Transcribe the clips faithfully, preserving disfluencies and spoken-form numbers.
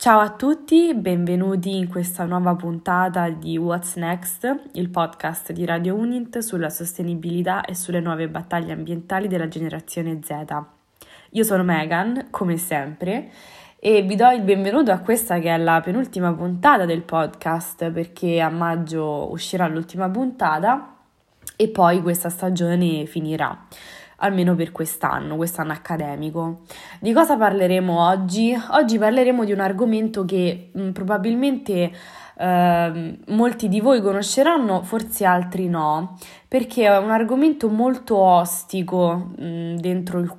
Ciao a tutti, benvenuti in questa nuova puntata di What's Next, il podcast di Radio Unint sulla sostenibilità e sulle nuove battaglie ambientali della generazione Z. Io sono Megan, come sempre, e vi do il benvenuto a questa che è la penultima puntata del podcast, perché a maggio uscirà l'ultima puntata e poi questa stagione finirà. Almeno per quest'anno, quest'anno accademico. Di cosa parleremo oggi? Oggi parleremo di un argomento che mh, probabilmente eh, molti di voi conosceranno, forse altri no, perché è un argomento molto ostico mh, dentro il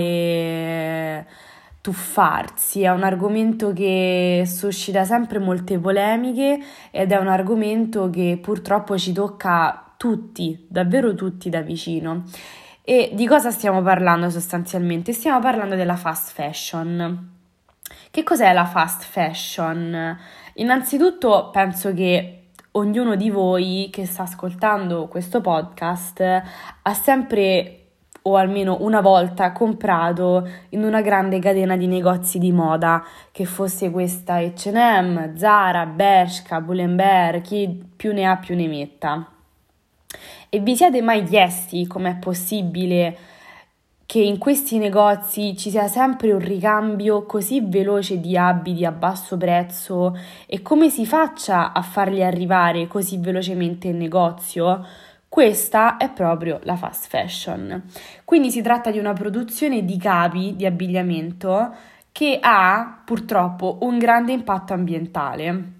quale tuffarsi, è un argomento che suscita sempre molte polemiche ed è un argomento che purtroppo ci tocca tutti, davvero tutti da vicino. E di cosa stiamo parlando sostanzialmente? Stiamo parlando della fast fashion. Che cos'è la fast fashion? Innanzitutto penso che ognuno di voi che sta ascoltando questo podcast ha sempre o almeno una volta comprato in una grande catena di negozi di moda, che fosse questa acca e emme, Zara, Bershka, Pull&Bear, chi più ne ha più ne metta. E vi siete mai chiesti com'è possibile che in questi negozi ci sia sempre un ricambio così veloce di abiti a basso prezzo e come si faccia a farli arrivare così velocemente in negozio? Questa è proprio la fast fashion. Quindi si tratta di una produzione di capi di abbigliamento che ha purtroppo un grande impatto ambientale.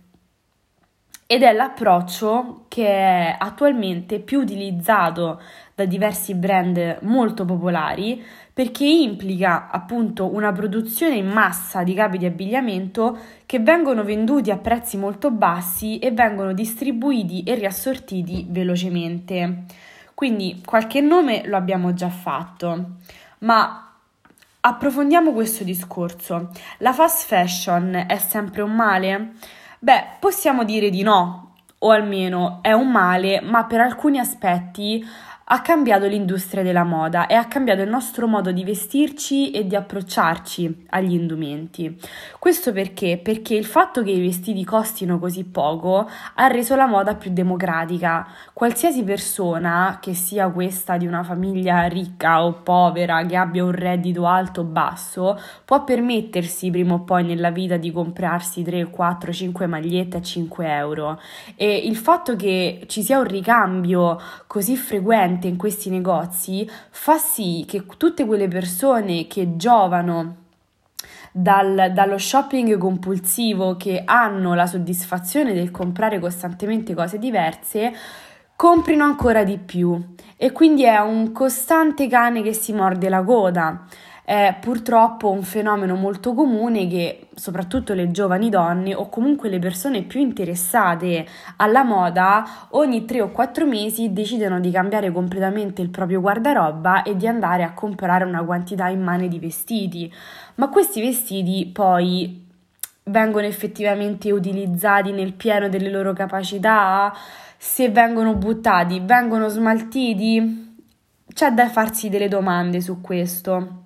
Ed è l'approccio che è attualmente più utilizzato da diversi brand molto popolari, perché implica appunto una produzione in massa di capi di abbigliamento che vengono venduti a prezzi molto bassi e vengono distribuiti e riassortiti velocemente. Quindi qualche nome lo abbiamo già fatto, ma approfondiamo questo discorso. La fast fashion è sempre un male? Beh, possiamo dire di no, o almeno è un male, ma per alcuni aspetti ha cambiato l'industria della moda e ha cambiato il nostro modo di vestirci e di approcciarci agli indumenti. Questo perché? Perché il fatto che i vestiti costino così poco ha reso la moda più democratica. Qualsiasi persona, che sia questa di una famiglia ricca o povera, che abbia un reddito alto o basso, può permettersi prima o poi nella vita di comprarsi tre, quattro, cinque magliette a cinque euro. E il fatto che ci sia un ricambio così frequente in questi negozi fa sì che tutte quelle persone che giovano dal, dallo shopping compulsivo, che hanno la soddisfazione del comprare costantemente cose diverse, comprino ancora di più, e quindi è un costante cane che si morde la coda. È purtroppo un fenomeno molto comune che soprattutto le giovani donne o comunque le persone più interessate alla moda ogni tre o quattro mesi decidono di cambiare completamente il proprio guardaroba e di andare a comprare una quantità immane di vestiti. Ma questi vestiti poi vengono effettivamente utilizzati nel pieno delle loro capacità? Se vengono buttati, vengono smaltiti? C'è da farsi delle domande su questo.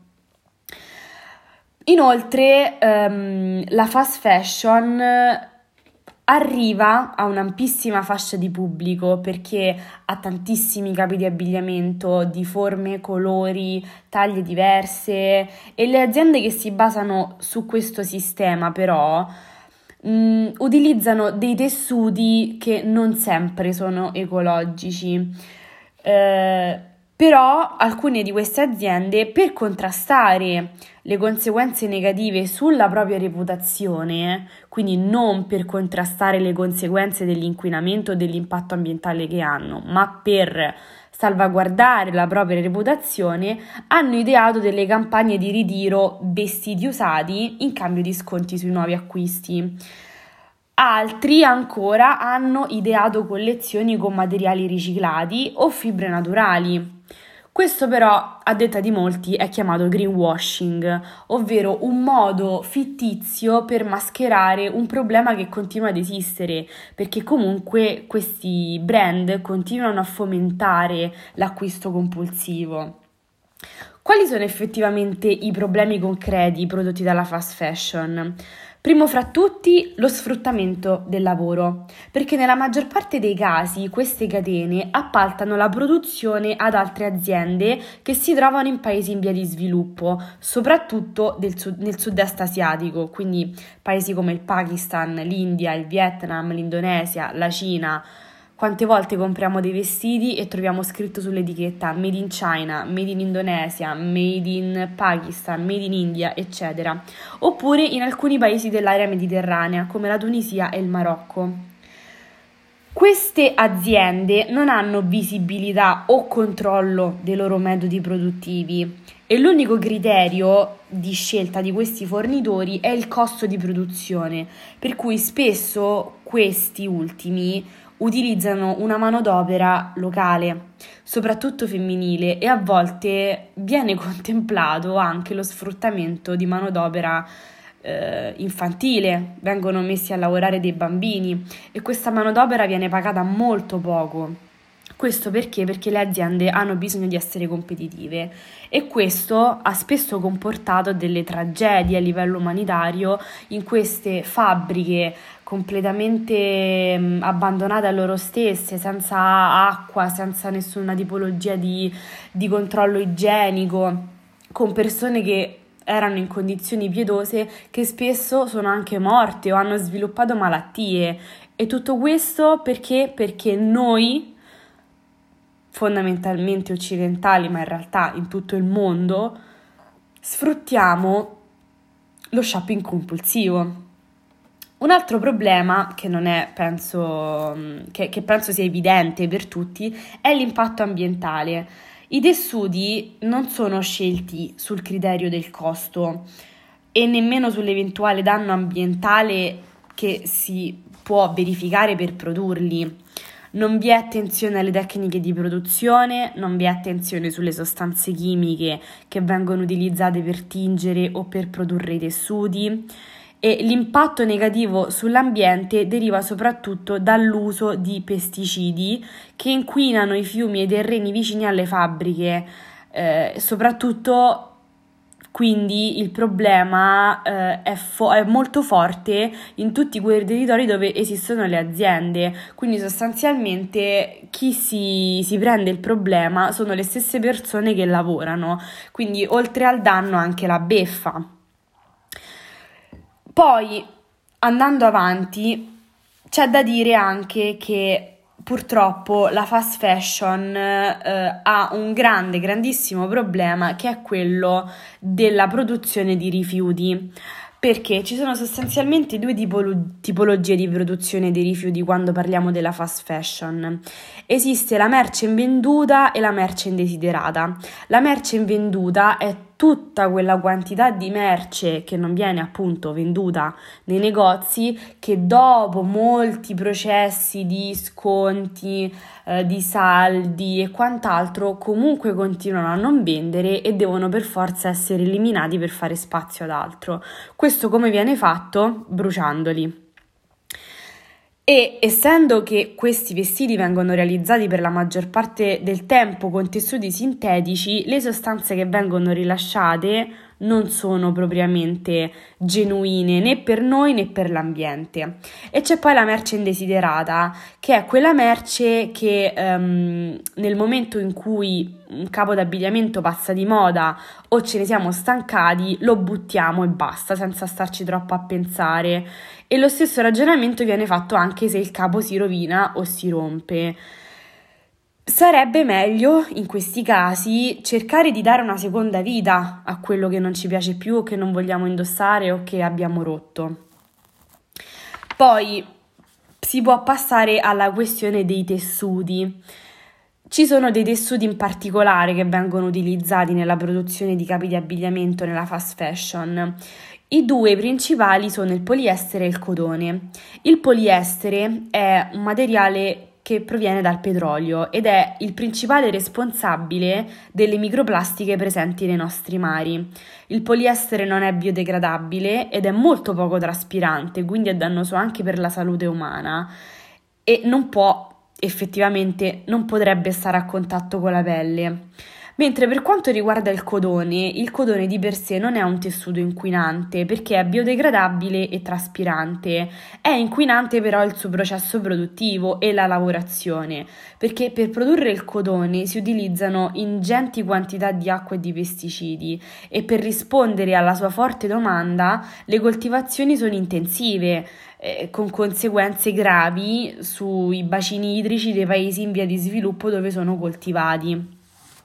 Inoltre ehm, la fast fashion arriva a un'ampissima fascia di pubblico perché ha tantissimi capi di abbigliamento di forme, colori, taglie diverse, e le aziende che si basano su questo sistema però mh, utilizzano dei tessuti che non sempre sono ecologici. Eh, Però alcune di queste aziende, per contrastare le conseguenze negative sulla propria reputazione, quindi non per contrastare le conseguenze dell'inquinamento o dell'impatto ambientale che hanno, ma per salvaguardare la propria reputazione, hanno ideato delle campagne di ritiro vestiti usati in cambio di sconti sui nuovi acquisti. Altri ancora hanno ideato collezioni con materiali riciclati o fibre naturali. Questo però, a detta di molti, è chiamato greenwashing, ovvero un modo fittizio per mascherare un problema che continua ad esistere, perché comunque questi brand continuano a fomentare l'acquisto compulsivo. Quali sono effettivamente i problemi concreti prodotti dalla fast fashion? Primo fra tutti lo sfruttamento del lavoro, perché nella maggior parte dei casi queste catene appaltano la produzione ad altre aziende che si trovano in paesi in via di sviluppo, soprattutto del sud- nel sud-est asiatico, quindi paesi come il Pakistan, l'India, il Vietnam, l'Indonesia, la Cina. Quante volte compriamo dei vestiti e troviamo scritto sull'etichetta Made in China, Made in Indonesia, Made in Pakistan, Made in India, eccetera. Oppure in alcuni paesi dell'area mediterranea, come la Tunisia e il Marocco. Queste aziende non hanno visibilità o controllo dei loro metodi produttivi e l'unico criterio di scelta di questi fornitori è il costo di produzione, per cui spesso questi ultimi utilizzano una manodopera locale, soprattutto femminile, e a volte viene contemplato anche lo sfruttamento di manodopera eh, infantile, vengono messi a lavorare dei bambini e questa manodopera viene pagata molto poco. Questo perché? Perché le aziende hanno bisogno di essere competitive e questo ha spesso comportato delle tragedie a livello umanitario in queste fabbriche completamente mh, abbandonate a loro stesse, senza acqua, senza nessuna tipologia di, di controllo igienico, con persone che erano in condizioni pietose che spesso sono anche morte o hanno sviluppato malattie. E tutto questo perché? Perché noi, fondamentalmente occidentali, ma in realtà in tutto il mondo, sfruttiamo lo shopping compulsivo. Un altro problema che non è, penso, che, che penso sia evidente per tutti è l'impatto ambientale. I tessuti non sono scelti sul criterio del costo e nemmeno sull'eventuale danno ambientale che si può verificare per produrli. Non vi è attenzione alle tecniche di produzione, non vi è attenzione sulle sostanze chimiche che vengono utilizzate per tingere o per produrre i tessuti e l'impatto negativo sull'ambiente deriva soprattutto dall'uso di pesticidi che inquinano i fiumi e i terreni vicini alle fabbriche, eh, soprattutto. Quindi il problema eh, è, fo- è molto forte in tutti quei territori dove esistono le aziende, quindi sostanzialmente chi si, si prende il problema sono le stesse persone che lavorano, quindi oltre al danno anche la beffa. Poi, andando avanti, c'è da dire anche che purtroppo la fast fashion eh, ha un grande, grandissimo problema che è quello della produzione di rifiuti, perché ci sono sostanzialmente due tipolo- tipologie di produzione dei rifiuti quando parliamo della fast fashion. Esiste la merce invenduta e la merce indesiderata. La merce invenduta è tutta quella quantità di merce che non viene appunto venduta nei negozi, che dopo molti processi di sconti, eh, di saldi e quant'altro comunque continuano a non vendere e devono per forza essere eliminati per fare spazio ad altro. Questo come viene fatto? Bruciandoli. E essendo che questi vestiti vengono realizzati per la maggior parte del tempo con tessuti sintetici, le sostanze che vengono rilasciate non sono propriamente genuine né per noi né per l'ambiente. E c'è poi la merce indesiderata, che è quella merce che um, nel momento in cui un capo d'abbigliamento passa di moda o ce ne siamo stancati, lo buttiamo e basta, senza starci troppo a pensare. E lo stesso ragionamento viene fatto anche se il capo si rovina o si rompe. Sarebbe meglio, in questi casi, cercare di dare una seconda vita a quello che non ci piace più o che non vogliamo indossare o che abbiamo rotto. Poi si può passare alla questione dei tessuti. Ci sono dei tessuti in particolare che vengono utilizzati nella produzione di capi di abbigliamento nella fast fashion. I due principali sono il poliestere e il cotone. Il poliestere è un materiale che proviene dal petrolio ed è il principale responsabile delle microplastiche presenti nei nostri mari. Il poliestere non è biodegradabile ed è molto poco traspirante, quindi è dannoso anche per la salute umana e non può, effettivamente, non potrebbe stare a contatto con la pelle. Mentre per quanto riguarda il cotone, il cotone di per sé non è un tessuto inquinante perché è biodegradabile e traspirante. È inquinante però il suo processo produttivo e la lavorazione, perché per produrre il cotone si utilizzano ingenti quantità di acqua e di pesticidi e per rispondere alla sua forte domanda le coltivazioni sono intensive, eh, con conseguenze gravi sui bacini idrici dei paesi in via di sviluppo dove sono coltivati.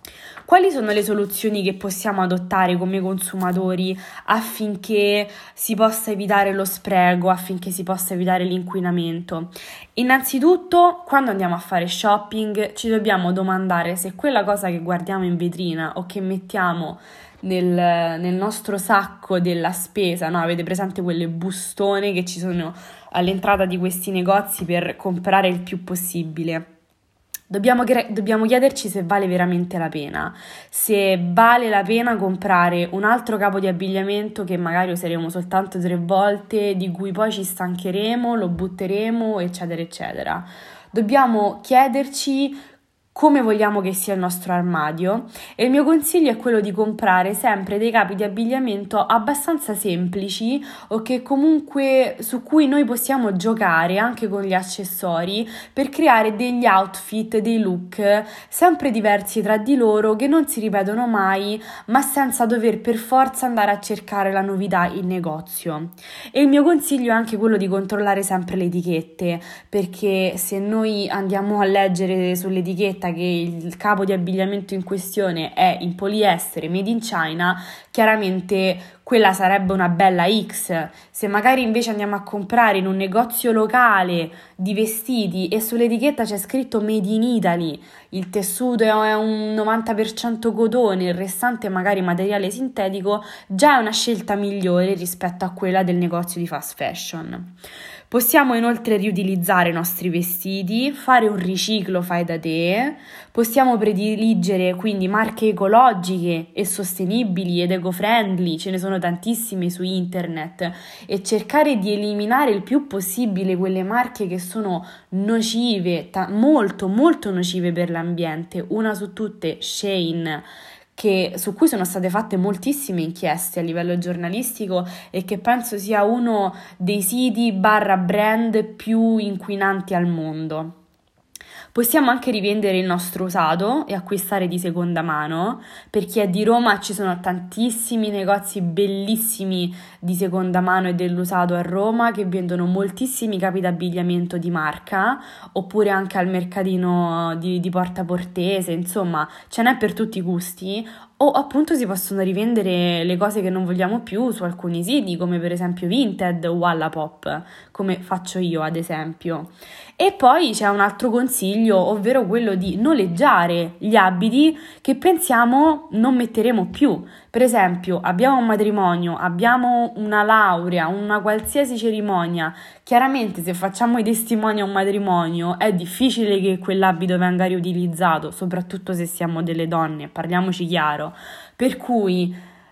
Quali sono le soluzioni che possiamo adottare come consumatori affinché si possa evitare lo spreco, affinché si possa evitare l'inquinamento? Innanzitutto, quando andiamo a fare shopping, ci dobbiamo domandare se quella cosa che guardiamo in vetrina o che mettiamo nel, nel nostro sacco della spesa, no? Avete presente quelle bustone che ci sono all'entrata di questi negozi per comprare il più possibile? Dobbiamo, dobbiamo chiederci se vale veramente la pena, se vale la pena comprare un altro capo di abbigliamento che magari useremo soltanto tre volte, di cui poi ci stancheremo, lo butteremo, eccetera, eccetera. Dobbiamo chiederci come vogliamo che sia il nostro armadio e il mio consiglio è quello di comprare sempre dei capi di abbigliamento abbastanza semplici o che comunque su cui noi possiamo giocare anche con gli accessori per creare degli outfit, dei look sempre diversi tra di loro che non si ripetono mai ma senza dover per forza andare a cercare la novità in negozio. E il mio consiglio è anche quello di controllare sempre le etichette, perché se noi andiamo a leggere sull'etichetta che il capo di abbigliamento in questione è in poliestere made in China, chiaramente quella sarebbe una bella X. Se magari invece andiamo a comprare in un negozio locale di vestiti e sull'etichetta c'è scritto made in Italy, il tessuto è un novanta per cento cotone, il restante magari materiale sintetico, già è una scelta migliore rispetto a quella del negozio di fast fashion. Possiamo inoltre riutilizzare i nostri vestiti, fare un riciclo fai da te, possiamo prediligere quindi marche ecologiche e sostenibili ed eco-friendly, ce ne sono tantissime su internet, e cercare di eliminare il più possibile quelle marche che sono nocive, ta- molto molto nocive per l'ambiente. Una su tutte, Shein, che, su cui sono state fatte moltissime inchieste a livello giornalistico e che penso sia uno dei siti barra brand più inquinanti al mondo. Possiamo anche rivendere il nostro usato e acquistare di seconda mano. Per chi è di Roma ci sono tantissimi negozi bellissimi di seconda mano e dell'usato a Roma che vendono moltissimi capi d'abbigliamento di marca, oppure anche al mercatino di, di Porta Portese, insomma ce n'è per tutti i gusti. O appunto si possono rivendere le cose che non vogliamo più su alcuni siti, come per esempio Vinted o Wallapop, come faccio io ad esempio. E poi c'è un altro consiglio, ovvero quello di noleggiare gli abiti che pensiamo non metteremo più. Per esempio, abbiamo un matrimonio, abbiamo una laurea, una qualsiasi cerimonia. Chiaramente se facciamo i testimoni a un matrimonio è difficile che quell'abito venga riutilizzato, soprattutto se siamo delle donne, parliamoci chiaro. Per cui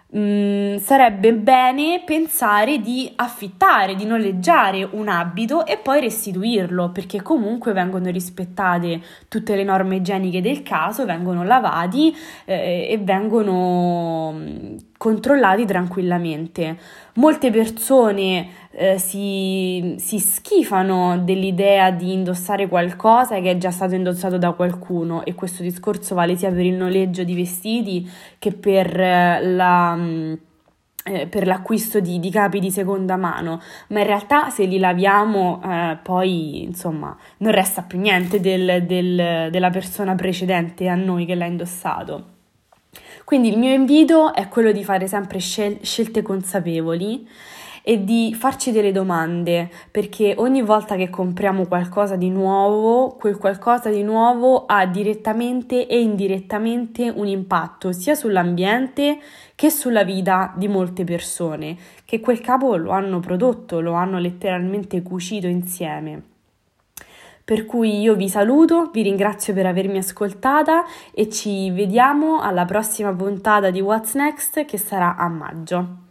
mh, sarebbe bene pensare di affittare, di noleggiare un abito e poi restituirlo, perché comunque vengono rispettate tutte le norme igieniche del caso, vengono lavati eh, e vengono mh, controllati tranquillamente. Molte persone eh, si, si schifano dell'idea di indossare qualcosa che è già stato indossato da qualcuno, e questo discorso vale sia per il noleggio di vestiti che per eh, la... Eh, per l'acquisto di, di capi di seconda mano, ma in realtà se li laviamo eh, poi insomma non resta più niente del, del, della persona precedente a noi che l'ha indossato. Quindi il mio invito è quello di fare sempre scel- scelte consapevoli e di farci delle domande, perché ogni volta che compriamo qualcosa di nuovo, quel qualcosa di nuovo ha direttamente e indirettamente un impatto sia sull'ambiente che sulla vita di molte persone, che quel capo lo hanno prodotto, lo hanno letteralmente cucito insieme. Per cui io vi saluto, vi ringrazio per avermi ascoltata e ci vediamo alla prossima puntata di What's Next, che sarà a maggio.